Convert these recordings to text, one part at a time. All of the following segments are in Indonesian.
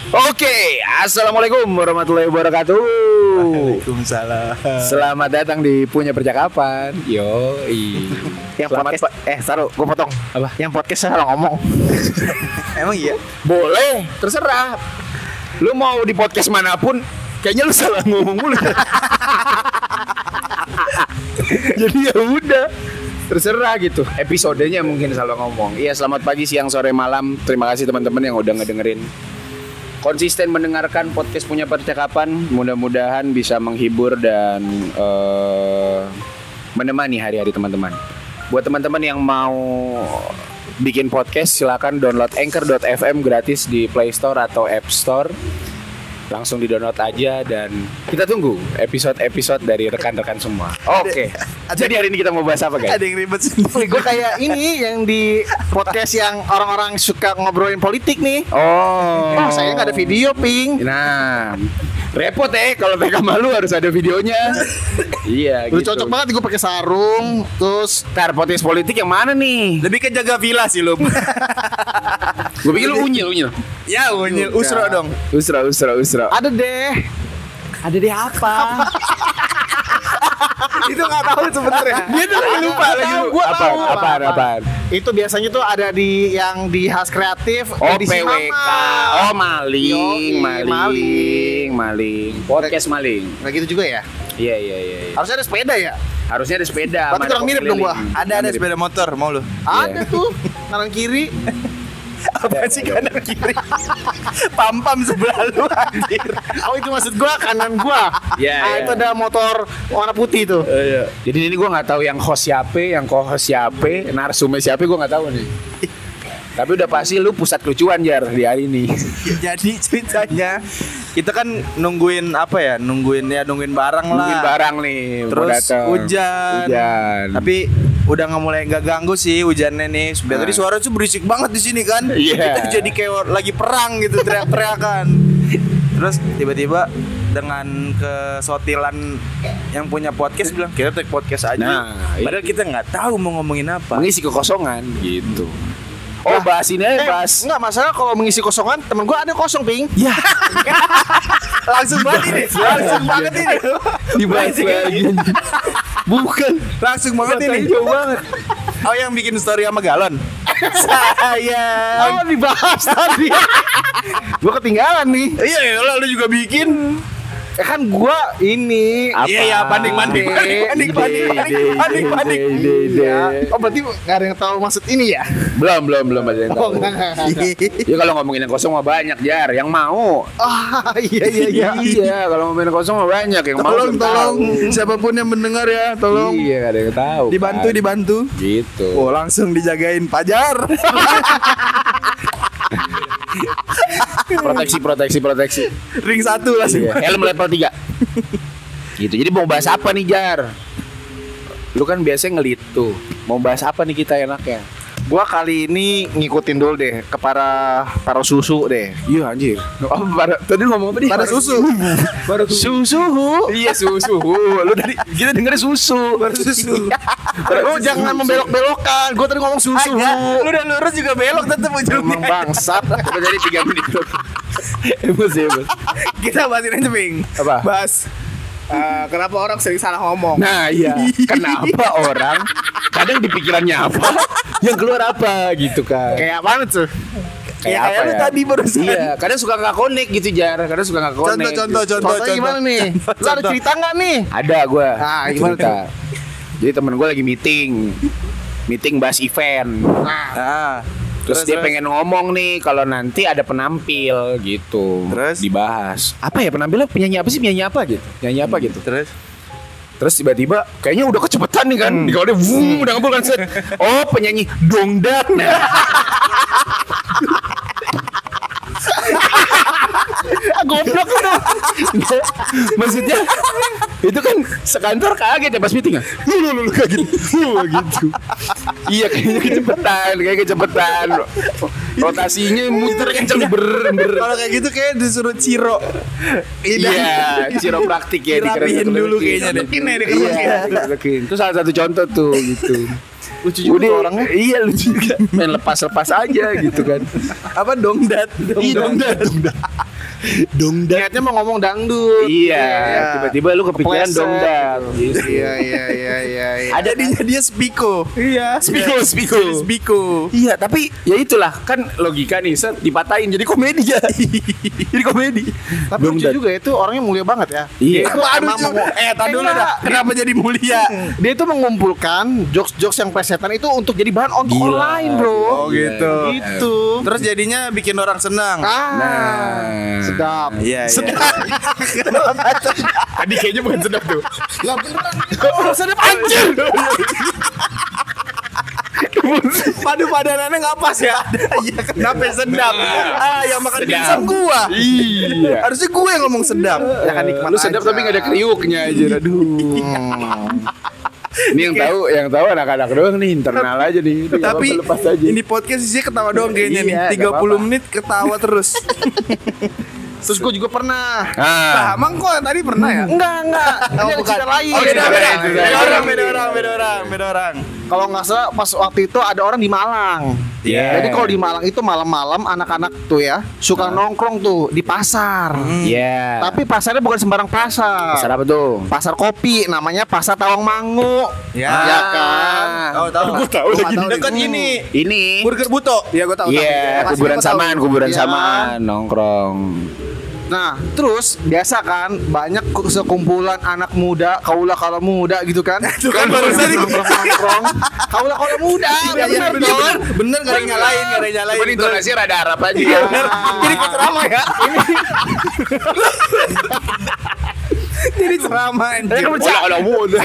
Oke, assalamualaikum warahmatullahi wabarakatuh. Waalaikumsalam. Selamat datang di Punya Percakapan. Yang Selamat, podcast taruh gue potong. Apa? Yang podcast salah ngomong. Emang iya? Boleh, terserah. Lu mau di podcast manapun, kayaknya lu salah ngomong mulu. Jadi ya udah, terserah gitu. Episodenya mungkin salah ngomong. Iya, selamat pagi, siang, sore, malam. Terima kasih teman-teman yang udah ngedengerin. Konsisten mendengarkan podcast Punya Percakapan. Mudah-mudahan bisa menghibur dan menemani hari-hari teman-teman. Buat teman-teman yang mau bikin podcast, silakan download Anchor.fm gratis di Play Store atau App Store. Langsung di-download aja dan kita tunggu episode-episode dari rekan-rekan semua. Oke. Jadi hari ini kita mau bahas apa, guys? Ada yang ribet sendiri. Gue kayak ini yang di podcast yang orang-orang suka ngobrolin politik nih. Oh, Saya nggak ada video, Ping. Nah, repot kalau mereka malu harus ada videonya. Iya, Udah gitu. cocok banget gue pakai sarung, terus Ntar podcast politik yang mana nih? Lebih ke jaga villa sih lu. Gue pikir lu unyil. Ya unyil, usro dong. Usra. ada deh. Ada deh apa? Itu nggak tahu sebenarnya. Dia tuh lagi lupa lagi. Gua tahu. Apaan? Itu biasanya tuh ada di yang di Has Kreatif, Oh, edisi PWK. Mama. Oh, maling. Podcast maling. Nggak gitu juga ya? Iya. Harusnya ada sepeda ya? Harusnya ada sepeda. Berarti sama ada kurang mirip mobil dong gua. keliling. Ada Mirip. sepeda motor, mau lu? Ada tuh, kanan kiri. Apa sih kanan kiri? Pam-pam sebelah lu anjir. Oh itu maksud gua, kanan gua. Iya. Itu ada motor warna putih tuh. Jadi ini gue nggak tahu yang host siapa, yang co-host siapa, narsumnya siapa, gue nggak tahu nih. Tapi udah pasti lu pusat kelucuan Jar di hari ini. Jadi ceritanya kita kan nungguin apa ya? Nungguin barang lah. Mungkin barang nih. mau Terus datang. hujan. Tapi udah nggak ganggu sih hujannya nih. Sebenarnya tadi suara tuh berisik banget di sini kan. Iya. Kita jadi kayak lagi perang gitu teriak-teriakan. Terus tiba-tiba dengan kesotilan yang punya podcast bilang kita take podcast aja. Nah, Padahal kita nggak tahu mau ngomongin apa. mengisi kekosongan gitu. Oh, bahas ini aja, bahas. Enggak masalah kalau mengisi kosongan, temen gua ada kosong, Ping. Ya, Langsung banget ini. Langsung banget ini. dibahas lagi. Bukan. Langsung banget ini. Jauh banget. Oh yang bikin story sama galon. Saya. Oh, dibahas tadi. Gua ketinggalan nih. Iya, lu juga bikin. Kan gua ini Iya, banding. Iya. Oh, berarti enggak ada yang tahu maksud ini ya? Belum ada yang Oh, tahu. enggak. Ya kalau ngomongin yang kosong mah banyak, Jar. Yang mau. Ah, iya. Iya, kalau ngomongin yang kosong mah banyak. Yang mau belum tahu. siapapun yang mendengar ya, tolong Iya, nggak ada yang tahu. dibantu. Kan. Gitu. Oh, langsung dijagain pajar. Proteksi. Ring 1 langsung. Iya. Helm level 3. Gitu. Jadi mau bahas apa nih, Jar? Lu kan biasanya ngelit tuh. Mau bahas apa nih kita enaknya? Gua kali ini ngikutin dulu deh ke para susu deh. Iya anjir. Oh, tadi ngomong apa nih? Pada susu. Susu. Iya, susu. Lu tadi kita dengernya susu. Susu. Lu jangan membelok-belokkan. Gua tadi ngomong susu. Agak. Lu udah lurus juga belok tetep Emang ujungnya. bangsat. Udah jadi 3 menit. Emosi. Kita bahasin aja, Bing. Apa? Bahas kenapa orang sering salah ngomong. Nah, iya. Kenapa orang kadang di pikirannya apa, yang keluar apa gitu kan. Kayak apa tuh? Kayak lu tadi barusan. Iya, kadang suka nggak connect gitu, Jar. Kadang suka nggak connect. Contoh. Gimana nih? Lu ada cerita nggak nih? Ada gue. Ah, gimana cerita. Jadi temen gue lagi meeting bahas event. Ah, Terus dia pengen ngomong nih kalau nanti ada penampil gitu. Terus? Dibahas. Apa ya penampilnya? Penyanyi apa sih? Penyanyi apa gitu? Nyanyi apa gitu? Terus Tiba-tiba kayaknya udah kecepatan nih kan. Kalau dia udah ngebul kan set. Oh, penyanyi dongdak. Nah. Goblok itu. Maksudnya itu kan sekantor kaget ya pas meeting ya. Lu kaget. Gitu. Iya kayaknya kecepatan. Rotasinya muter kenceng ber. kalau kayak gitu kayak disuruh Ciro. Iya, chiropraktik ya Dirapihin dulu kayaknya deh. Ini dikeluarin. Itu salah satu contoh tuh gitu. Lucu juga Udah, tuh orangnya. Iya lucu juga. Main lepas aja gitu kan. Apa dongdat? Iya, dongdat. Dongdat. Niatnya mau ngomong dangdut. Iya, tiba-tiba lu kepikiran Kepleset. dongdat. Gitu. Iya. Ada dia Spiko. Iya. Spiko. Iya, tapi ya itulah kan logika nih, set dipatahin jadi komedi ya. Jadi komedi. Tapi lucu juga itu orangnya mulia banget ya. Iya. Dia itu emang Tadi dulu dah. Kenapa jadi mulia? Dia itu mengumpulkan jokes-jokes yang plesetan itu untuk jadi bahan untuk Gila. orang lain, bro. Oh gitu. Gitu. Terus jadinya bikin orang senang. Nah. Sedap. Iya. Tadi kayaknya bukan sedap tuh. Oh, sedap anjir. Padu-padanannya nggak pas ya. Iya, kenapa sedap? Yang makan Sedap. dimsum gua. Iya. Harusnya gue yang ngomong sedap. Ya kan nikmat. Lu sedap aja. tapi gak ada kriuknya aja. Aduh. Ini yang tahu anak-anak doang nih, internal aja nih. Ini nggak Tapi apa-apa, lepas aja. ini podcast isinya ketawa doang kayaknya nih. Iya, 30 nggak apa-apa. menit ketawa terus. Terus gue juga pernah. Nah, emang kok tadi pernah ya? Enggak. Ini ada cerita lain. Oh, beda Beda orang. Kalau nggak salah pas waktu itu ada orang di Malang. Iya. Jadi kalau di Malang itu malam-malam anak-anak tuh ya suka nongkrong tuh di pasar. Iya. Tapi pasarnya bukan sembarang pasar. Pasar apa tuh? Pasar kopi, namanya Pasar Tawangmangu. Ya. Ya kan? Tahu. Gua tahu Gua lagi. nggak tahu dekat ini. Ini. Burger Buto. Iya, gue tahu. Iya, Pasti kuburan gua tahu. samaan, kuburan Iya. samaan, nongkrong. Nah, terus biasa kan banyak sekumpulan anak muda, kaula muda gitu kan. Itu kan barusan nih. nongkrong. Kaula muda. Iya, bener nggak ada yang nyalain, Cuman intonasi rada Arab aja. Iya, bener. Jadi kok ceramah ya? Jadi ceramah anjir. Ada muda.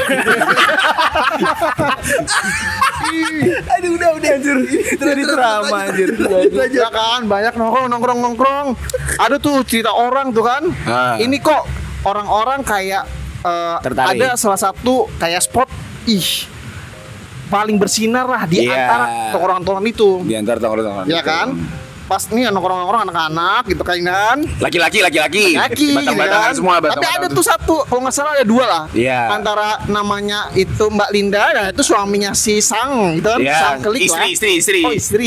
Aduh, udah anjir. Jadi ceramah anjir. Ya kan, banyak nongkrong. Ada tuh cerita orang tuh kan. Ah. Ini kok orang-orang kayak Tertarik. ada salah satu kayak spot paling bersinar lah di Iya. antara tongkrongan itu. Di antara tongkrongan. Ya kan? Pas nih nongkrong anak-anak gitu kan. Laki-laki. Laki, Batang-batangan kan? semua. Tapi ada tuh satu, kalau nggak salah ada dua lah. Iya. Antara namanya itu Mbak Linda, dan itu suaminya si Sang, gitu kan? Iya. Sang Kelik lah. Istri. Oh, istri.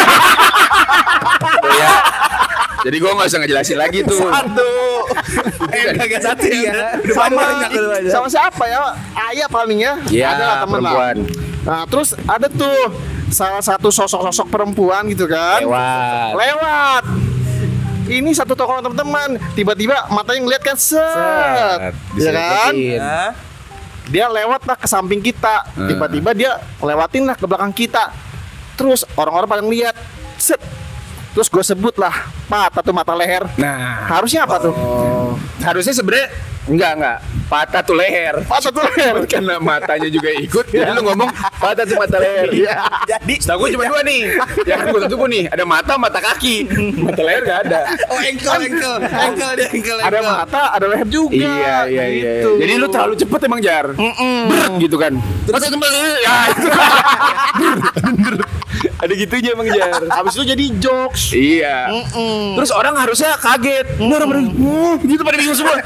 Iya. Jadi gue nggak usah ngejelasin lagi tuh. Satu. Kagak satu ya. Udah sama, banyak. sama siapa ya? Ayah paling ya. Iya, Ada lah temen perempuan. lah. Nah, terus ada tuh salah satu sosok perempuan gitu kan. Lewat. Ini satu toko teman-teman, tiba-tiba matanya ngeliat kan, set. Ya kan? Ya. Dia lewat lah ke samping kita. Tiba-tiba dia lewatin lah ke belakang kita. Terus orang-orang pada ngeliat, set. Terus gue sebut lah mata leher. Nah, Harusnya apa tuh? harusnya sebenarnya enggak. Patah tuh leher. Patah tuh leher. Karena matanya juga ikut. Jadi lu ngomong patah tuh mata leher. Iya. Jadi Setahu gue cuma dua nih. Yang gue tutup nih, ada mata kaki. Mata leher gak ada. oh ankle. Ada mata, ada leher juga. Iya. Gitu. Jadi lu terlalu cepet emang Jar. Brrr, gitu kan. Terus ya itu. Bener. Ada gitunya emang Jar. Habis itu jadi jokes. Iya. Terus orang harusnya kaget. Orang gitu pada bingung semua.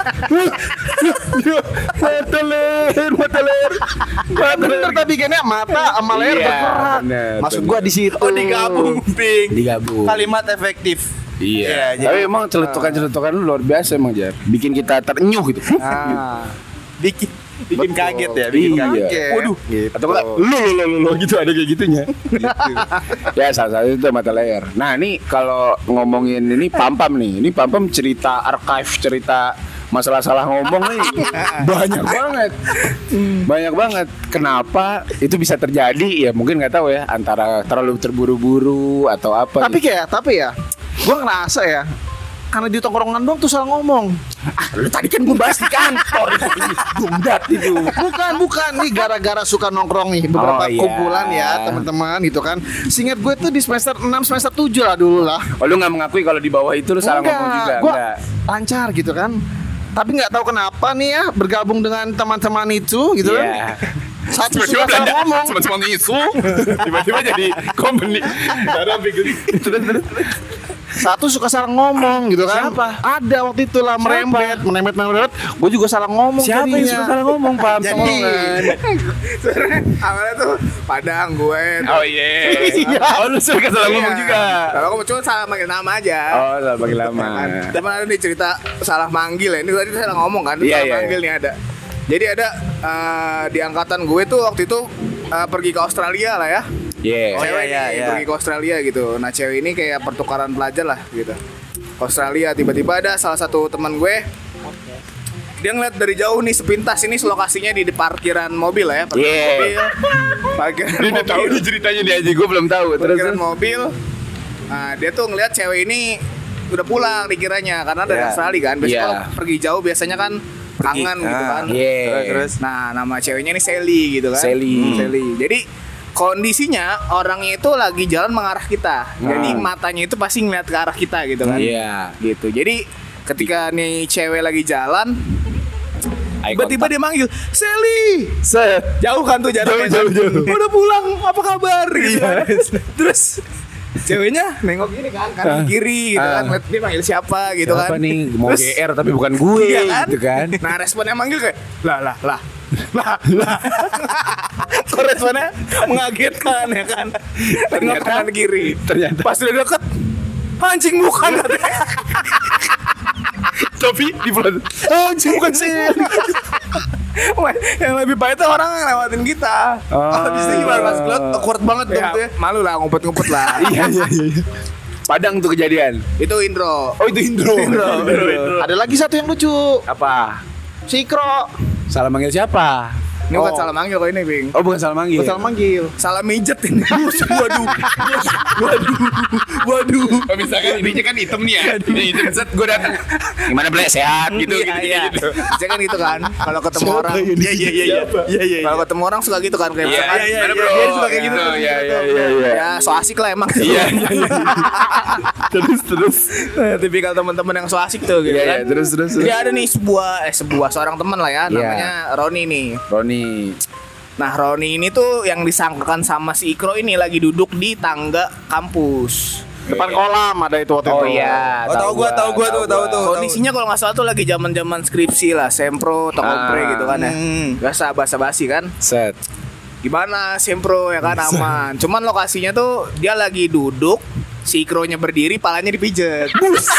Mata leher. Bener tapi kayaknya mata sama leher Iya, bergerak. bener, Maksud bener. gua di situ. Oh, digabung, Ping. Digabung. Kalimat efektif. Iya. Iya, Tapi emang celetukan lu luar biasa emang Jar. Bikin kita terenyuh gitu. Nah, Bikin Betul. kaget ya, bikin Iya. kaget. Oke. Waduh. Gitu. Atau enggak lu gitu ada kayak gitunya. Ya salah satu itu mata leher. Nah ini kalau ngomongin ini Pampam nih. Ini Pampam cerita archive, cerita masalah salah ngomong nih banyak banget. Kenapa itu bisa terjadi? Ya mungkin nggak tahu ya, antara terlalu terburu-buru atau apa. Tapi ya, gua ngerasa ya, karena di tongkrongan doang tuh salah ngomong. Lu tadi kan gue bahas di kantor itu Dongdat itu. Bukan nih gara-gara suka nongkrong nih beberapa Oh, iya. kumpulan ya teman-teman gitu kan. Seingat gue tuh di semester 6 semester 7 lah dulu lah. Oh lu nggak mengakui kalau di bawah itu lu salah ngomong juga? Gua Enggak. lancar gitu kan. Tapi nggak tahu kenapa nih ya bergabung dengan teman-teman itu gitu kan. Iya. Satu suka salah ngomong. Teman-teman isu tiba-tiba jadi company. Karena pikir terus. Satu suka salah ngomong gitu kan. Siapa? Ada waktu itu lah merembet. Gue juga salah ngomong. Siapa yang jadinya. suka salah ngomong, Pam? Jadi awalnya tuh Padang gue. Oh iya. Oh lu suka salah ngomong juga. Kalau aku cuma salah manggil nama aja. Oh, salah panggil lama. Teman ada nih cerita salah manggil ya. Ini tadi salah ngomong kan. Iya, Salah iya. manggil nih ada. Jadi ada di angkatan gue tuh waktu itu pergi ke Australia lah ya. Iya. Cewek iya, nih, iya. pergi ke Australia gitu. Nah cewek ini kayak pertukaran pelajar lah gitu. Australia tiba-tiba ada salah satu teman gue. Dia ngeliat dari jauh nih sepintas ini lokasinya di parkiran mobil lah ya. Parkiran mobil. Parkiran Dia udah tahu nih ceritanya nih aja, gue belum tahu. Parkiran mobil. Nah, dia tuh ngeliat cewek ini udah pulang dikiranya karena dari Iya. Australia kan. Biasanya Iya. kalau pergi jauh biasanya kan kangen gitu kan. Iya. Terus nah nama ceweknya ini Sally gitu kan. Sally. Sally. Jadi kondisinya orangnya itu lagi jalan mengarah kita. Jadi matanya itu pasti ngeliat ke arah kita gitu kan. Iya. Gitu. Jadi ketika nih cewek lagi jalan Eye tiba-tiba dia manggil Sally. Set. Jauh kan tuh jaraknya. Jauh. Udah pulang, apa kabar gitu kan. Terus ceweknya nengok gini kan, kanan kiri gitu kan. Lihat dia manggil siapa gitu Siapa kan. nih mau Terus, GR tapi bukan gue iya kan? gitu kan. Nah responnya manggil kayak lah. Kok responnya mengagetkan ya kan. Nengok kanan kiri. Ternyata. Pas udah deket, anjing bukan katanya. Tapi di front. Anjing bukan sih. Wah, yang lebih pahit tuh orang yang lewatin kita. Oh. Habis itu gimana Mas Glot? Awkward banget dong tuh ya. Malu lah, ngumpet-ngumpet lah. Iya. Padang tuh kejadian. Itu Indro. Oh itu Indro. Ada lagi satu yang lucu. Apa? Sikro. Salah manggil siapa? Ini bukan salah manggil kok ini, Bing. Oh bukan salah manggil. Salah manggil. Salah mijet ini. Waduh. Oh, misalkan ininya kan hitam nih ya. Ini hitam set gue datang. Gimana Ble? Sehat gitu Iya. gitu. Saya kan gitu kan. Kalau ketemu orang. Iya. Kalau ketemu orang suka gitu kan kayak Iya, misalkan, gimana, bro? Dia suka kayak gitu. Gitu, tuh. iya. Ya, so asik lah emang. Iya. Terus. Tipikal teman-teman yang so asik tuh gitu Iya, kan. terus. Jadi ada nih sebuah seorang teman lah ya, namanya Roni nih. Roni. Nah Roni ini tuh yang disangkakan sama si Ikro ini lagi duduk di tangga kampus. Depan kolam ada itu waktu Oh itu. iya. Tahu tuh. Kondisinya kalau nggak salah tuh lagi zaman skripsi lah, sempro, kompre gitu kan ya. Biasa basa-basi kan. Set. Gimana sempro ya kan aman. Cuman lokasinya tuh dia lagi duduk, si Ikronya berdiri, palanya dipijet.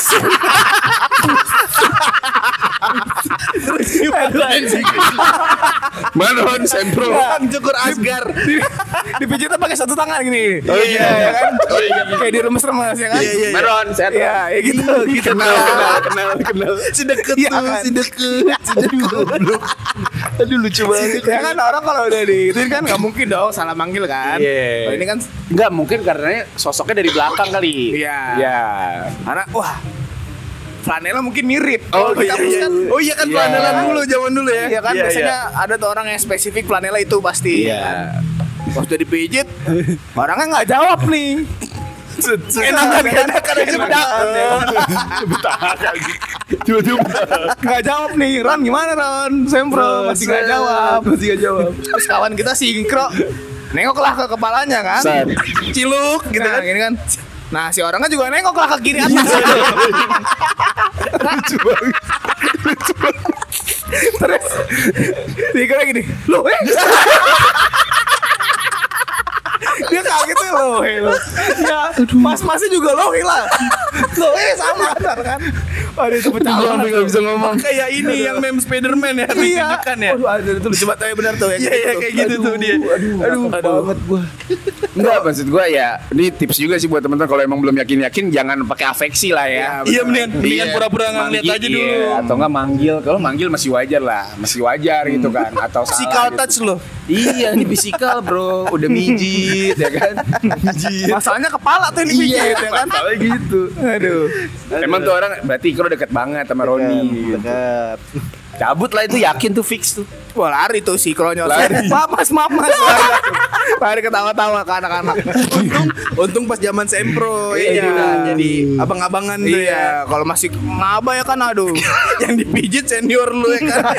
Mana Ron Sempro? Cukur Asgar. Dipijitnya pakai satu tangan gini. Oh iya. ya kan? Oh iya. Kayak diremes-remes ya kan? Mana Ron? Sehat. Iya, ya gitu. Kenal. Si deket tuh, si deket. Aduh lucu banget. Ya kan orang kalau udah di itu kan nggak mungkin dong salah manggil kan. Iya. Kalau ini kan Enggak mungkin karena sosoknya dari belakang kali. Iya. Iya. karena wah flanela mungkin mirip. Oh, Kalau di iya, kampus iya. kan, Oh iya kan Iya. flanelan dulu zaman dulu ya. iya kan Iya, biasanya ada tuh orang yang spesifik flanela itu pasti. Iya. Pas udah dipijit, orangnya nggak jawab nih. Enakan aja bedak. Tiba-tiba. Nggak jawab nih, Ron gimana Ron? Sempro masih nggak jawab. Terus kawan kita sinkro, nengoklah ke kepalanya kan. Set. Ciluk gitu kan. Gini kan. Nah si orangnya juga nengoklah ke kiri atas. Lucu banget. Terus dikira gini, loh dia kaget tuh loh ya mas-masnya juga loh lah loh sama kan aduh itu pecah banget Nggak bisa ngomong. kayak ini yang meme Spiderman ya tunjukkan ya aduh itu lucu banget benar tuh ya kayak gitu tuh dia aduh banget gua Enggak, maksud gue ya ini tips juga sih buat teman-teman kalau emang belum yakin jangan pakai afeksi lah ya. Iya, mendingan pura-pura nggak ngeliat aja dulu. Iya, atau enggak manggil. Kalau manggil masih wajar lah, masih wajar gitu kan. Atau physical salah touch gitu. loh Iya, ini physical bro, udah mijit ya kan. Mijit. masalahnya kepala tuh ini pijit ya kan Masalahnya gitu. aduh Emang tuh orang berarti Ikro deket banget sama Roni. Gitu. Dekat. Cabut lah itu yakin tuh fix tuh. wah lari tuh si Kronya Lari. maaf mas lari ketawa-tawa ke anak-anak untung pas zaman sempro Iya. jadi abang-abangan tuh ya kalau masih ngaba ya kan aduh yang dipijit senior lu ya kan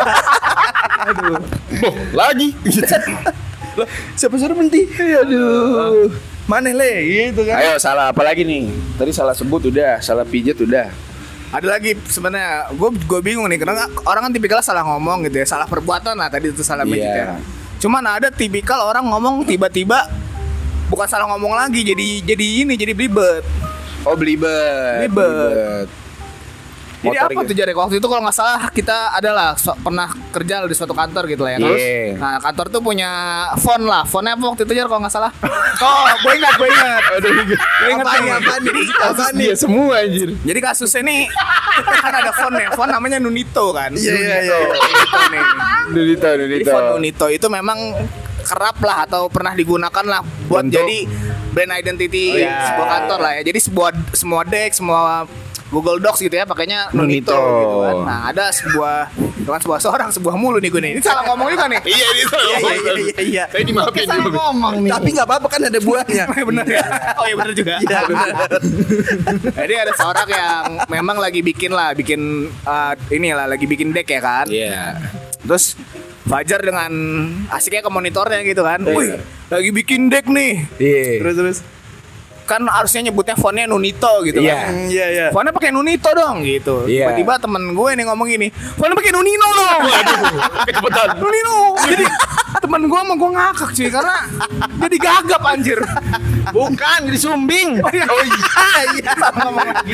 Lagi. loh siapa suruh berhenti aduh Mana le gitu kan. Ayo salah apa lagi nih? Tadi salah sebut udah, salah pijat udah. Ada lagi sebenarnya, gue bingung nih karena orang kan tipikal salah ngomong gitu ya, salah perbuatan lah tadi itu salah pijat ya. Cuman ada tipikal orang ngomong tiba-tiba bukan salah ngomong lagi, jadi belibet. Oh belibet. Jadi Motor apa gitu. tuh Jarek? Waktu itu kalau nggak salah kita adalah pernah kerja di suatu kantor gitu lah ya. Terus, nah kantor tuh punya font lah. Fontnya apa waktu itu Jar kalau nggak salah? Oh, gue ingat. Gue ingat Apaan nih? Apaan nih? Dia semua anjir. Jadi kasusnya nih kan ada fontnya. Font namanya Nunito kan. Iya. Nunito. Jadi Nunito. font Nunito itu memang kerap lah atau pernah digunakan lah buat Bentuk. jadi brand identity sebuah kantor lah ya. Jadi semua deck, semua Google Docs gitu ya pakainya Nunito gitu kan. Nah, ada sebuah mulu nih gue nih. Ini salah ngomong juga nih. Iya ini salah. Iya. Saya dimaafin. Salah ngomong nih. Tapi nggak apa-apa kan ada buahnya. Bener ya? Oh iya bener juga. Iya, bener. Jadi ada seorang yang memang lagi bikin lagi bikin deck ya kan. Iya. Terus Fajar dengan asiknya ke monitornya gitu kan. Wih, lagi bikin deck nih. Iya. Terus kan harusnya nyebutnya fontnya Nunito gitu kan. Iya. Fontnya pakai Nunito dong gitu. Iya. Tiba-tiba temen gue nih ngomong gini, fontnya pakai Nunino dong. Kebetulan. Nunino. Jadi temen gue sama gue ngakak cuy karena jadi gagap anjir. Bukan, jadi sumbing. Oh iya. Salah ngomong lagi.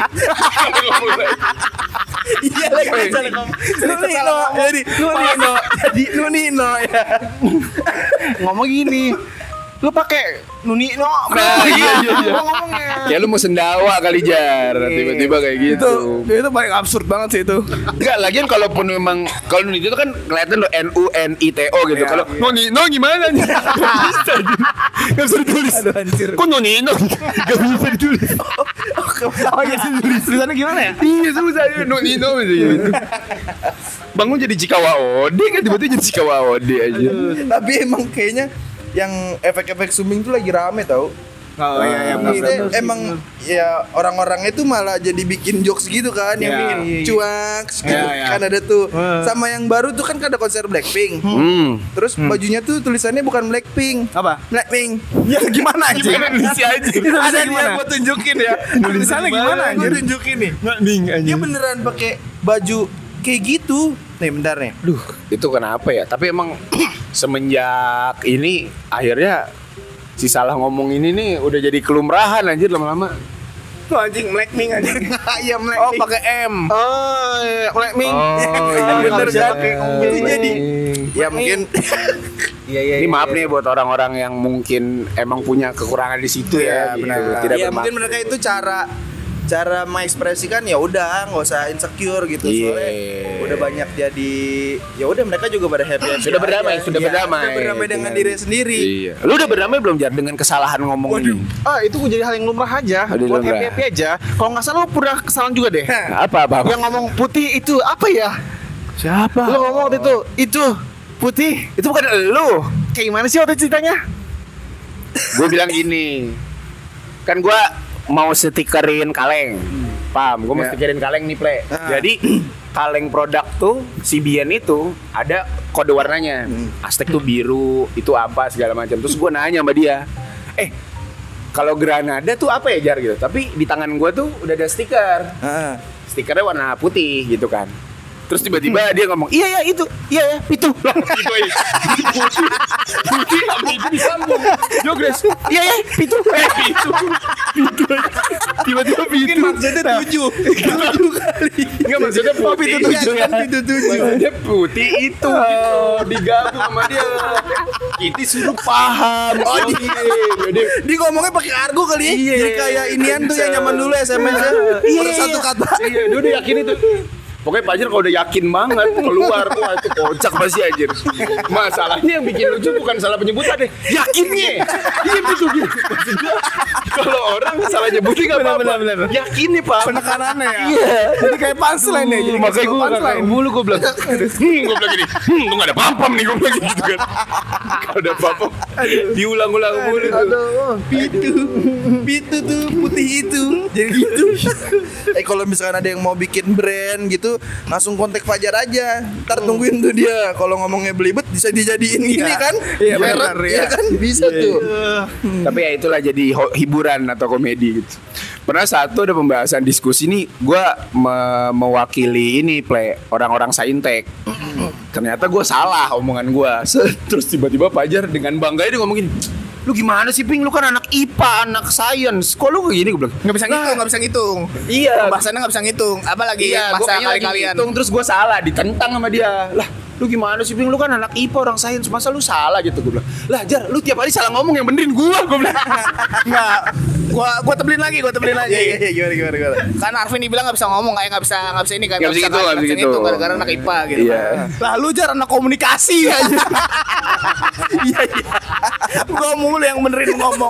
Iya lagi salah ngomong. Nunino. Jadi Nunino ya. Ngomong gini. Lu pakai Nunino. Iya. Ngomongnya. Ya lu mau sendawa kali Jar. Tiba-tiba kayak gitu. Itu paling absurd banget sih itu. Enggak, lagian kalaupun memang kalau Nunito itu kan kelihatan lo NUNITO gitu. Iya, Kalau iya. Nunino gimana nih? Gak bisa ditulis. Aduh anjir. Kok Nunino? Gak bisa ditulis. Oh iya tulisannya gimana ya? Iya susah Nunino gitu. Bangun jadi Cikawaode kan tiba-tiba jadi Cikawaode aja. Tapi emang kayaknya yang efek-efek zooming tuh lagi rame tau. Oh iya Maksudnya emang ya orang-orangnya tuh malah jadi bikin jokes gitu kan, yang Iya. bikin cuak gitu. Iya. Kan ada tuh. Sama yang baru tuh kan ada konser Blackpink. Terus bajunya tuh tulisannya bukan Blackpink. Apa? Blackpink. Ya gimana aja? Indonesia aja. Ada gimana? dia gua tunjukin ya. Tulisannya gimana Gue anjir? tunjukin nih. Ngading aja. Dia beneran pakai baju kayak gitu. Nih bentar nih. Duh, itu kenapa ya? Tapi emang semenjak ini akhirnya si salah ngomong ini nih udah jadi kelumrahan anjir lama-lama. Tuh anjing Blackpink anjing. Iya Oh pakai M. Oh, iya, Blackpink. Oh iya bener bisa kan? pakai Itu jadi ya mungkin Ini maaf nih buat orang-orang yang mungkin emang punya kekurangan di situ ya, benar. gitu. Tidak ya bermaksud. mungkin mereka itu cara mengekspresikan ya udah nggak usah insecure gitu Iya. soalnya udah banyak jadi ya udah mereka juga pada happy Sudah berdamai, sudah berdamai. sudah berdamai dengan diri sendiri. Iya. Lu udah berdamai belum Jar dengan kesalahan ngomong ini? Ah, itu jadi hal yang lumrah aja. Hal yang Buat lumrah. happy aja. Kalau nggak salah lu pernah kesalahan juga deh. Nah, apa? Yang ngomong putih itu apa ya? Siapa? Lu ngomong waktu itu putih. Itu bukan lu. Kayak gimana sih waktu ceritanya? Gue bilang gini. Kan gue mau stikerin kaleng. Paham? Gue mau stikerin kaleng nih, Ple. Jadi kaleng produk tuh si Bian itu ada kode warnanya. Aztek tuh biru, itu apa segala macam. Terus gue nanya sama dia, kalau Granada tuh apa ya Jar gitu. Tapi di tangan gue tuh udah ada stiker. Stikernya warna putih gitu kan. Terus tiba-tiba dia ngomong, iya ya itu. Lah, itu aja. Putih sama itu disambung. Jogres. Iya ya itu. Itu. Tiba-tiba itu. Maksudnya 7 kali. Enggak maksudnya putih itu 7 ya. Itu 7. Maksudnya putih itu gitu. Digabung sama dia. Kita suruh paham. Oh jadi Dia ngomongnya pakai argo kali ya. Iya. Jadi kayak inian tuh yang zaman dulu SMS ya. Baru satu kata. iya, dia udah yakin itu. Pokoknya Fajar kalau udah yakin banget keluar, wah itu kocak pasti anjir. Masalahnya yang bikin lucu bukan salah penyebutan deh, yakinnya. Iya betul gitu. Maksud gua, kalau orang salah nyebutin nggak apa-apa. Yakin nih Pak. Penekanannya ya. Iya. Jadi kayak punchline ya. Jadi Makanya gue punchline. mulu gue bilang, gue bilang gini, lu gak ada pam-pam nih gue bilang gitu kan. Kalau ada pam-pam, diulang-ulang mulu tuh. Itu tuh putih itu. Jadi gitu. Kalau misalkan ada yang mau bikin brand gitu, tuh langsung kontak Fajar aja. Ntar tungguin tuh dia kalau ngomongnya belibet bisa dijadiin gini kan? Iya, Merek, benar, ya kan bisa tuh. Tapi ya itulah jadi hiburan atau komedi gitu. Pernah satu ada pembahasan diskusi nih, gue mewakili ini orang-orang saintek. Ternyata gue salah omongan gue. Terus tiba-tiba Fajar dengan bangganya dia ngomongin, lu gimana sih Ping? Lu kan anak IPA, anak sains. Kok lu kayak gini? Gue bilang Nggak bisa ngitung. iya. Pembahasannya nggak bisa ngitung. Apalagi Iya, gue masa kayaknya lagi kali-kalian. ngitung. Terus gue salah, ditentang sama dia. Lah, lu gimana sih Ping? Lu kan anak IPA, orang sains. Masa lu salah gitu? Gue bilang, lah Jar, lu tiap hari salah ngomong, yang benerin gue bilang. Nggak. Gua tebelin lagi. Iya, gimana. Kan Arvin dibilang nggak bisa ngomong, kayak nggak bisa ini kan. Nggak bisa gitu. Gara-gara anak IPA gitu. Iya. Lah lu Jar anak komunikasi aja. Iya. Gua mulu yang benerin ngomong.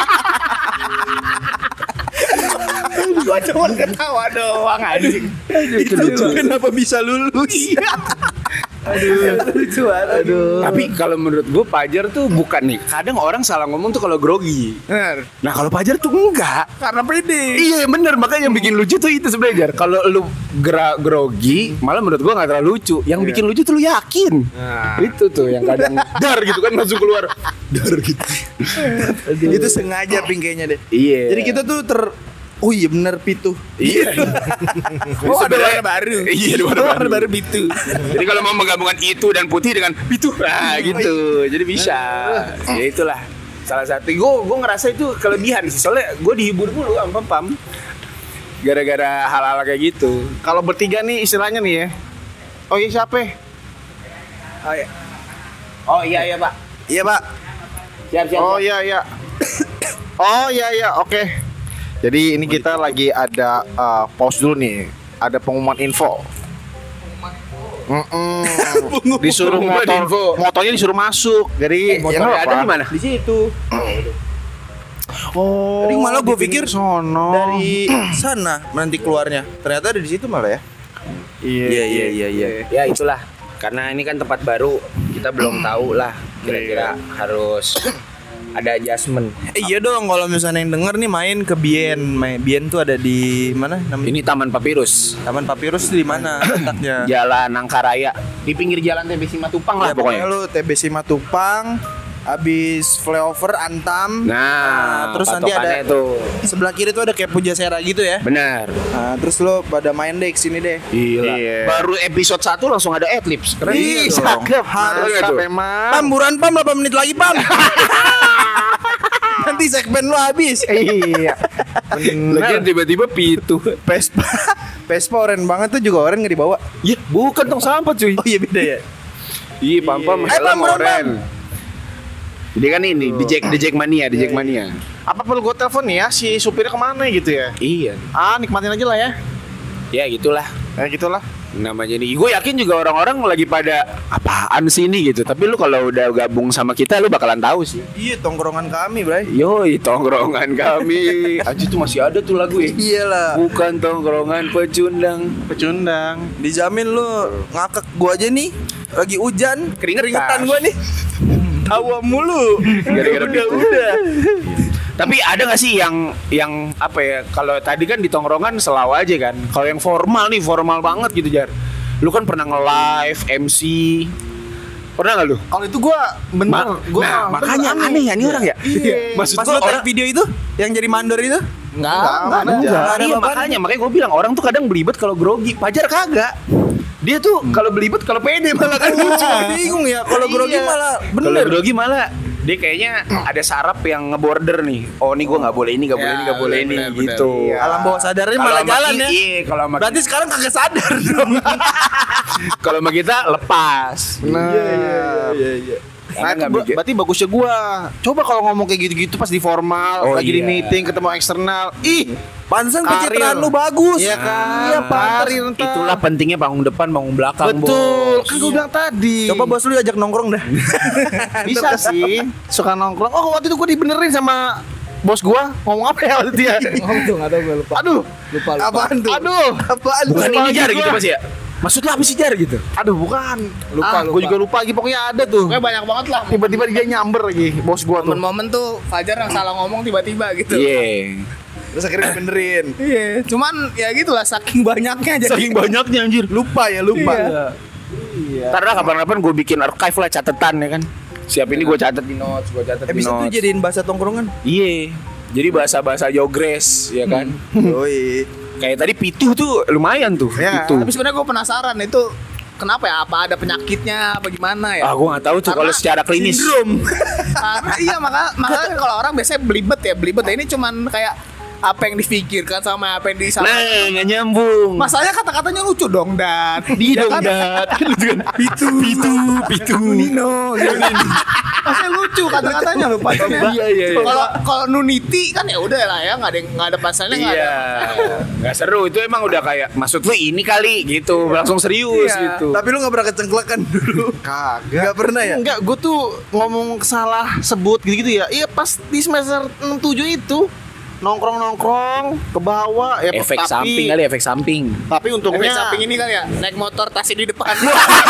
Gua cuma ketawa doang anjing. Itu kenapa bisa lulus? Lucu banget. Tapi kalau menurut gue Fajar tuh bukan nih. Kadang orang salah ngomong tuh kalau grogi. Bener. Nah kalau Fajar tuh enggak. Karena pede. Iya bener, makanya yang bikin lucu tuh itu sebenarnya Jar. Kalau lu grogi, malah menurut gua nggak terlalu lucu. Yang bikin lucu tuh lu yakin. Itu tuh yang kadang dar gitu kan langsung keluar. Dar gitu. Itu sengaja Ping kayaknya deh. Iya. Jadi kita tuh oh iya bener pitu. Iya. Oh ada warna baru. Iya, ada warna baru. bitu. Jadi kalau mau menggabungkan itu dan putih dengan itu, nah gitu. Jadi bisa. Ya itulah salah satu. Gue ngerasa itu kelebihan sih. Soalnya gue dihibur mulu sama Pam. Gara-gara hal-hal kayak gitu. Kalau bertiga nih istilahnya nih ya. Oh iya siapa? Oh iya Pak. Iya Pak. Siap. Oh iya. Oh iya, oke. Jadi ini kita lagi ada pause dulu nih. Ada pengumuman info. Disuruh motornya disuruh masuk. Jadi Motornya ada di mana? Di situ. Oh, Tadi malah gue pikir sono. dari sana nanti keluarnya. Ternyata ada di situ malah ya. Iya. Ya itulah. Karena ini kan tempat baru, kita belum tahu lah kira-kira harus ada adjustment. Iya dong, kalau misalnya yang denger nih main ke Bien. Bien tuh ada di mana namanya? Ini Taman Papirus, Taman Papirus di mana letaknya? Jalan Nangkaraya, di pinggir jalan TBC Matupang lah Ya, pokoknya lu TBC Matupang, habis flyover Antam. Nah, terus nanti ada itu. sebelah kiri tuh ada kayak Pujasera gitu ya. Benar. Nah, terus lo pada main deh kesini deh. Gila. Baru episode 1 langsung ada adlibs. Keren. Ih, cakep. Harus Mantap emang. Pam, buruan Pam, 8 menit lagi Pam. Nanti segmen lo habis. Iya. Lagian tiba-tiba pitu. Vespa oren banget tuh juga oren nggak dibawa. Ya, bukan tong sampah cuy. Oh iya beda ya. Iya, Pam-pam Ayo, Pam, buruan, oren. Jadi kan ini di Jack Mania. Apa perlu gue telepon nih ya si supirnya kemana gitu ya? Iya. Nikmatin aja lah ya. Ya gitulah. Gitulah. Namanya nih. Gue yakin juga orang-orang lagi pada apaan sih ini gitu. Tapi lu kalau udah gabung sama kita lu bakalan tahu sih. Iya, tongkrongan kami, Bray. Yoi, tongkrongan kami. Anjir tuh masih ada tuh lagu ya. Iyalah. Bukan tongkrongan pecundang. Dijamin lu ngakak gua aja nih. Lagi hujan, keringetan gua nih. Tawa mulu. Gara-gara udah. Tapi ada nggak sih yang apa ya? Kalau tadi kan di tongkrongan selalu aja kan. Kalau yang formal banget gitu Jar. Lu kan pernah nge-live, MC. Pernah nggak lu? Kalau itu gue bener. Makanya aneh ya ini orang ya. Maksud gua orang video itu yang jadi mandor itu? Enggak ada. Iya makanya gue bilang orang tuh kadang belibet kalau grogi. Fajar kagak. Dia tuh kalau belibet kalau pede malah kan lucu. Bingung ya. Kalau grogi malah Kalau bener. grogi malah dia kayaknya ada saraf yang ngeborder nih. Oh ini gue nggak boleh ini, nggak boleh ini gitu. Alam bawah sadarnya Kalau malah sama jalan ya. Iya, kalau sama Berarti sekarang kagak sadar dong. kalau sama kita lepas. Iya. Nah itu berarti bagusnya gue. Coba kalau ngomong kayak gitu-gitu pas di formal, lagi di meeting ketemu eksternal. Pantesan Karir. pencitraan lu bagus. Iya kan? Iya, pantas. Karir ntar. Itulah pentingnya panggung depan, panggung belakang. Betul. Bos. Kan gue bilang tadi. Coba bos lu ajak nongkrong dah. Bisa sih. Suka nongkrong. Oh waktu itu gue dibenerin sama bos gue. Ngomong apa ya waktu itu ya? Ngomong tuh, nggak tahu gue lupa. Aduh. Lupa. Apaan tuh? Aduh. Apaan? Bukan Lupa ini Jar lagi gitu gua. Mas ya? Maksud lu apa sih Jar gitu? Aduh bukan. Lupa. Gue juga lupa lagi, pokoknya ada tuh. Pokoknya banyak banget lah. Tiba-tiba dia nyamber lagi, bos gua tuh. Momen-momen tuh Fajar yang salah ngomong tiba-tiba gitu. Iya. Terus akhirnya benerin. Iya, cuman ya gitulah saking banyaknya jadi. Saking banyaknya anjir. Lupa. Iya. Ntar lah kapan-kapan gue bikin archive lah, catatan ya kan. Siap ini gue catat di notes, gue catat di Bisa tuh notes. jadiin bahasa tongkrongan. Iya. Jadi bahasa-bahasa jogres ya kan. Yoi. Kayak tadi pitu tuh lumayan tuh. Ya. Pitu. Tapi sebenarnya gue penasaran itu kenapa ya? Apa ada penyakitnya? Apa gimana ya? Ah, gue nggak tahu tuh kalau secara klinis. Karena iya makanya kalau orang biasanya belibet ya. Nah, ini cuman kayak apa yang difikirkan sama apa yang disampaikan. Nah, nggak nyambung. Masalahnya kata-katanya lucu dong, Dan. Iya dong, kan? Dat. Lucu kan? Pitu. Nino. Maksudnya lucu kata-katanya lu pacarnya. Iya. Kalau Nuniti kan ya udah lah ya, nggak ada pasalnya nggak ada. Iya. Nggak seru, itu emang udah kayak maksud lu ini kali gitu, langsung serius Iya. gitu. Tapi lu gak pernah kecengklekan dulu. Kagak. Gak pernah ya? Enggak, gue tuh ngomong salah sebut gitu-gitu ya. Iya pas di semester 6-7 itu nongkrong ke bawah ya, Efek samping kali, efek samping. Tapi Efek untungnya samping ini kali ya, naik motor tasnya di depan.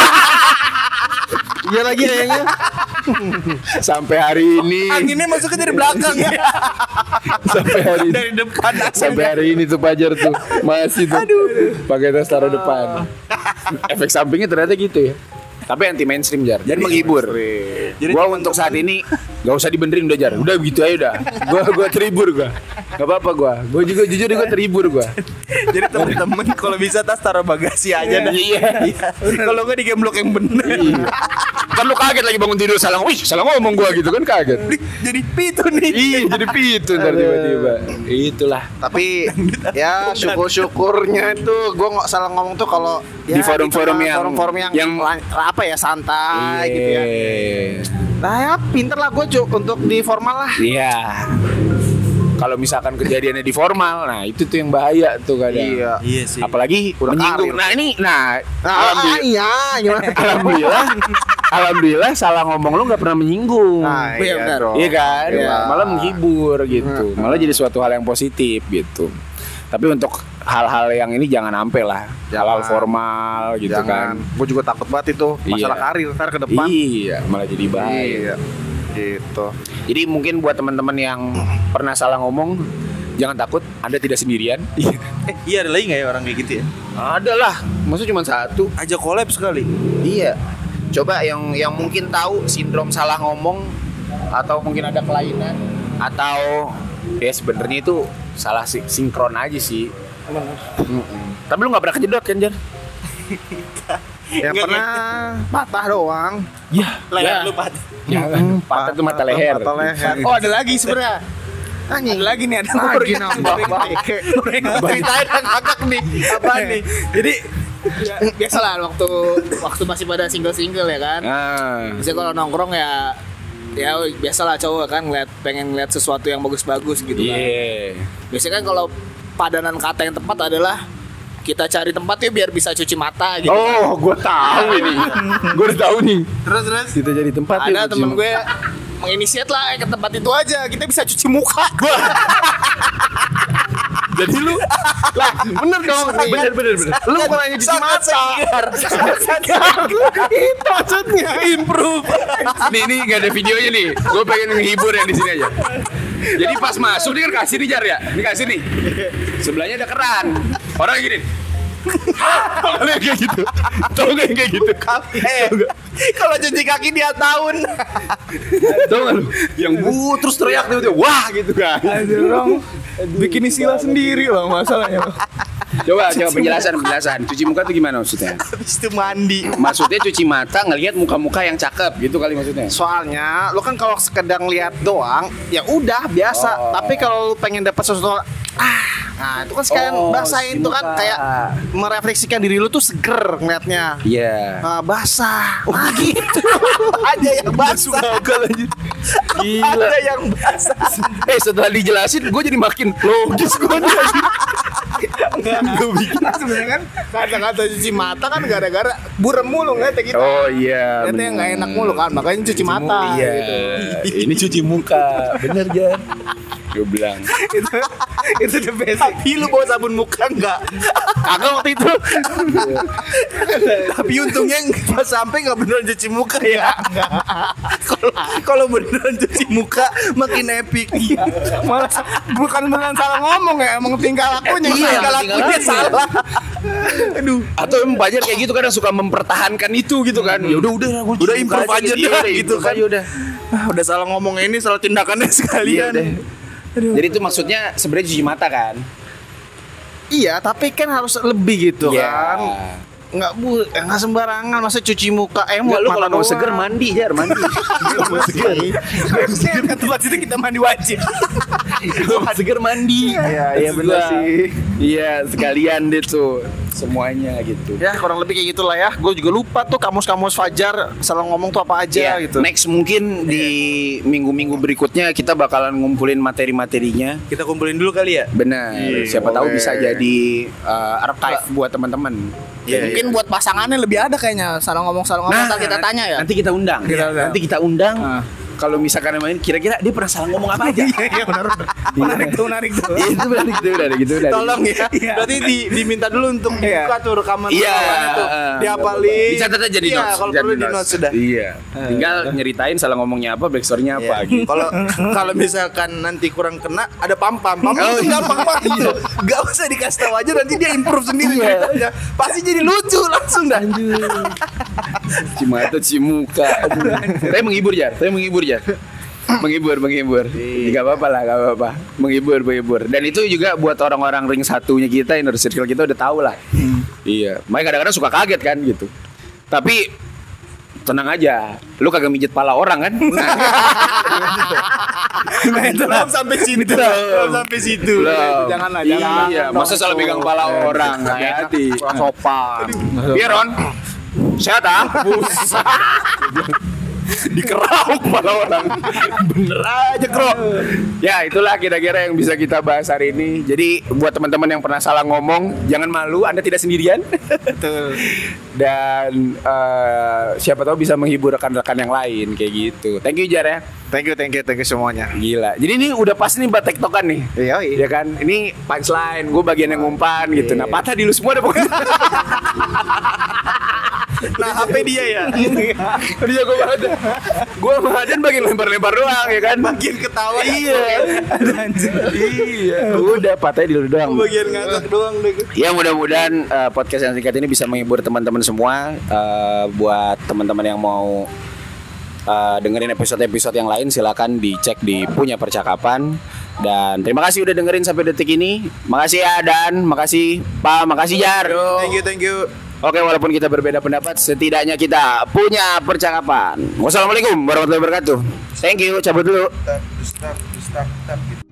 iya lagi kayaknya. Sampai hari ini. Anginnya masuknya dari belakang ya. Sampai hari ini. Dari depan. Sampai hari ini tuh Fajar tuh masih tuh pakai tas taruh depan. Efek sampingnya ternyata gitu ya. Tapi anti mainstream Jar. Jadi menghibur. Jadi Gua untuk saat ini gak usah dibenerin udah Jar. Udah begitu aja udah. Gua terhibur gua. Gak apa-apa gua. Gua juga jujur gua terhibur gua. Jadi temen-temen kalau bisa tas taruh bagasi aja dah. Iya. Kalau nggak di game block yang bener. Iya. Kan lu kaget lagi bangun tidur salah ngomong gua gitu kan kaget. Jadi pitu nih. Iya, jadi pitu ntar tiba-tiba. Itulah. Tapi ya syukur-syukurnya itu gue nggak salah ngomong tuh kalau ya, Di forum-forum tengah yang- forum-forum yang apa ya santai gitu ya. Nah ya pinter lah gue untuk di formal lah. Iya. Kalau misalkan kejadiannya di formal, nah itu tuh yang bahaya tuh kadang. Iya sih. Apalagi Udah menyinggung. karir. Nah ini, Iya gimana? alhamdulillah salah ngomong lu nggak pernah menyinggung. Nah, Iya, benar. dong. Iya kan, Iya. malah menghibur gitu, malah jadi suatu hal yang positif gitu. Tapi untuk hal-hal yang ini jangan sampai lah, hal-hal formal gitu kan. Gue juga takut banget itu masalah Iya. karir ntar ke depan. Iya, malah jadi bahaya. Iya. Gitu. Jadi mungkin buat teman-teman yang pernah salah ngomong, jangan takut, Anda tidak sendirian. Iya ada lagi nggak ya orang kayak gitu ya? Ada lah, maksudnya cuma satu. Aja collab sekali. Iya. Coba yang mungkin tahu sindrom salah ngomong atau mungkin ada kelainan atau ya sebenarnya itu salah sinkron aja sih. Tapi lu nggak pernah kejedot kan Jar? Yang pernah patah doang. Ya, Leher lu patah. Jangan. Patah tuh mata leher. Mata leher. Oh ada lagi sebenarnya. Ada lagi nih, ada Lagi nambah pakai. Ceritanya ngakak nih. Apa nih? Jadi ya, biasalah waktu masih pada single ya kan. Ah. Biasanya kalau nongkrong ya biasalah cowok kan pengen ngeliat sesuatu yang bagus-bagus gitu kan. Iya. Biasanya kan kalau padanan kata yang tepat adalah kita cari tempat ya biar bisa cuci mata gitu. Oh, gue tahu ini. Gue udah tahu nih. Terus Kita jadi tempat ada temen gue menginisiat lah ke tempat itu aja, kita bisa cuci muka. Jadi lu Lah, bener dong. bener. Lu bukan hanya cuci mata. Itu maksudnya. Improve. Nih gak ada videonya nih. Gue pengen menghibur yang di sini aja. Jadi pas masuk ini kan kasir nih Jar ya. Ini kasir nih. Sebelahnya ada keran. Orang gini. Kalau yang kayak gitu. Tahu gak yang kayak gitu? Kalau cuci kaki dia tahun. Tahu gak lu? Yang terus teriak tiba-tiba wah gitu kan. Orang bikin istilah sendiri loh masalahnya. Coba penjelasan. Cuci muka tuh gimana maksudnya? Habis itu mandi. Maksudnya cuci mata ngelihat muka-muka yang cakep gitu kali maksudnya. Soalnya lu kan kalau sekedar lihat doang ya udah biasa. Oh. Tapi kalau lu pengen dapat sesuatu nah itu kan sekalian Oh, basahin cuci tuh kan muka. kayak merefleksikan diri lu tuh seger ngeliatnya. Iya. Basah. Gitu. Ada yang basah. Gila. Ada yang basah. Setelah dijelasin gue jadi makin logis gue nih. Gue bikin. Sebenarnya kan kata-kata cuci mata kan gara-gara burem mulu ngeliatnya kita. Oh iya. Ternyata yang nggak enak mulu kan, makanya cuci mata. Iya. Gitu. Ini cuci muka. Bener Jan. Gue bilang. Itu the basic. Tapi lu bawa sabun muka enggak? Kagak waktu itu. Tapi untungnya pas sampai enggak beneran cuci muka ya. Kalau beneran cuci muka makin epic. Malah bukan beneran salah ngomong ya, emang tingkah lakunya. Tingkah lakunya salah. Aduh. Atau emang Fajar kayak gitu kadang suka mempertahankan itu gitu kan. Ya udah gua Udah improve aja deh gitu kan. Udah. Udah salah ngomong ini, salah tindakannya sekalian. Jadi itu maksudnya sebenarnya cuci mata kan? Iya, tapi kan harus lebih gitu Iya. kan. Enggak sembarangan masa cuci muka. Enggak, lu kalau mau doang. seger mandi, Jar, mandi. Mau seger. Ke tempat itu kita mandi wajib. Kalau mau seger mandi. Iya benar sih. Iya, sekalian deh tuh semuanya gitu. Ya kurang lebih kayak gitulah ya. Gue juga lupa tuh kamus-kamus Fajar salah ngomong tuh apa aja Iya, gitu. next mungkin di minggu-minggu berikutnya kita bakalan ngumpulin materi-materinya. Kita kumpulin dulu kali ya. Benar. Siapa tahu bisa jadi archive buat teman-teman. Mungkin buat pasangannya lebih ada kayaknya salah ngomong ntar kita tanya ya. Nanti kita undang. Nanti kita undang. Kalau misalkan main, kira-kira dia pernah salah ngomong apa aja? Iya benar. Menarik tuh. Iya, itu menarik gitu. Tolong ya. Berarti diminta dulu untuk buka tuh rekaman. Iya. itu. Diapalin. Dicatat aja di Iya, notes. kalau Dicatat perlu di di notes sudah. Iya. Tinggal nyeritain salah ngomongnya apa, backstory-nya apa gitu. Kalau misalkan nanti kurang kena, ada pam-pam. Pam itu gampang banget tuh. Gak usah dikasih tahu aja, nanti dia improve sendiri ceritanya. Pasti jadi lucu langsung dah. Cimata cimuka. Saya menghibur Jar. Menghibur. Enggak apa-apa lah, enggak apa-apa. Menghibur. Dan itu juga buat orang-orang ring satunya kita, inner circle kita udah tahu lah. Iya. Makanya kadang-kadang suka kaget kan gitu. Tapi tenang aja, lu kagak mijet pala orang kan? Belum sampai situ. Janganlah. Iya, masa salah pegang pala orang, hati-hati. Sopan. Iya Ron, sehat ah? Dikerauk pala orang. Bener aja Kro. Ya itulah kira-kira yang bisa kita bahas hari ini. Jadi buat teman-teman yang pernah salah ngomong, jangan malu, Anda tidak sendirian. Betul. Dan siapa tahu bisa menghibur rekan-rekan yang lain kayak gitu. Thank you Jar ya. Thank you semuanya. Gila. Jadi ini udah pas nih buat tektokan nih. Iya. Ya kan, ini punchline, gue bagian yang ngumpan gitu. Nah patah di lu semua ada pokoknya. Nah, HP dia ya. Dia gue banget. Gue sama Aden bagian lempar-lempar doang ya kan. Bagian ketawa. Iya. Iya. Udah patahnya di lu doang. Bagian ngakak doang deh. Ya mudah-mudahan podcast yang singkat ini bisa menghibur teman-teman semua. Buat teman-teman yang mau dengerin episode-episode yang lain, silakan dicek di Punya Percakapan. Dan terima kasih udah dengerin sampai detik ini. Makasih ya Dan, makasih Pak, makasih Jar. Thank you. Oke, walaupun kita berbeda pendapat, setidaknya kita punya percakapan. Wassalamualaikum warahmatullahi wabarakatuh. Thank you, cabut dulu. Stop gitu.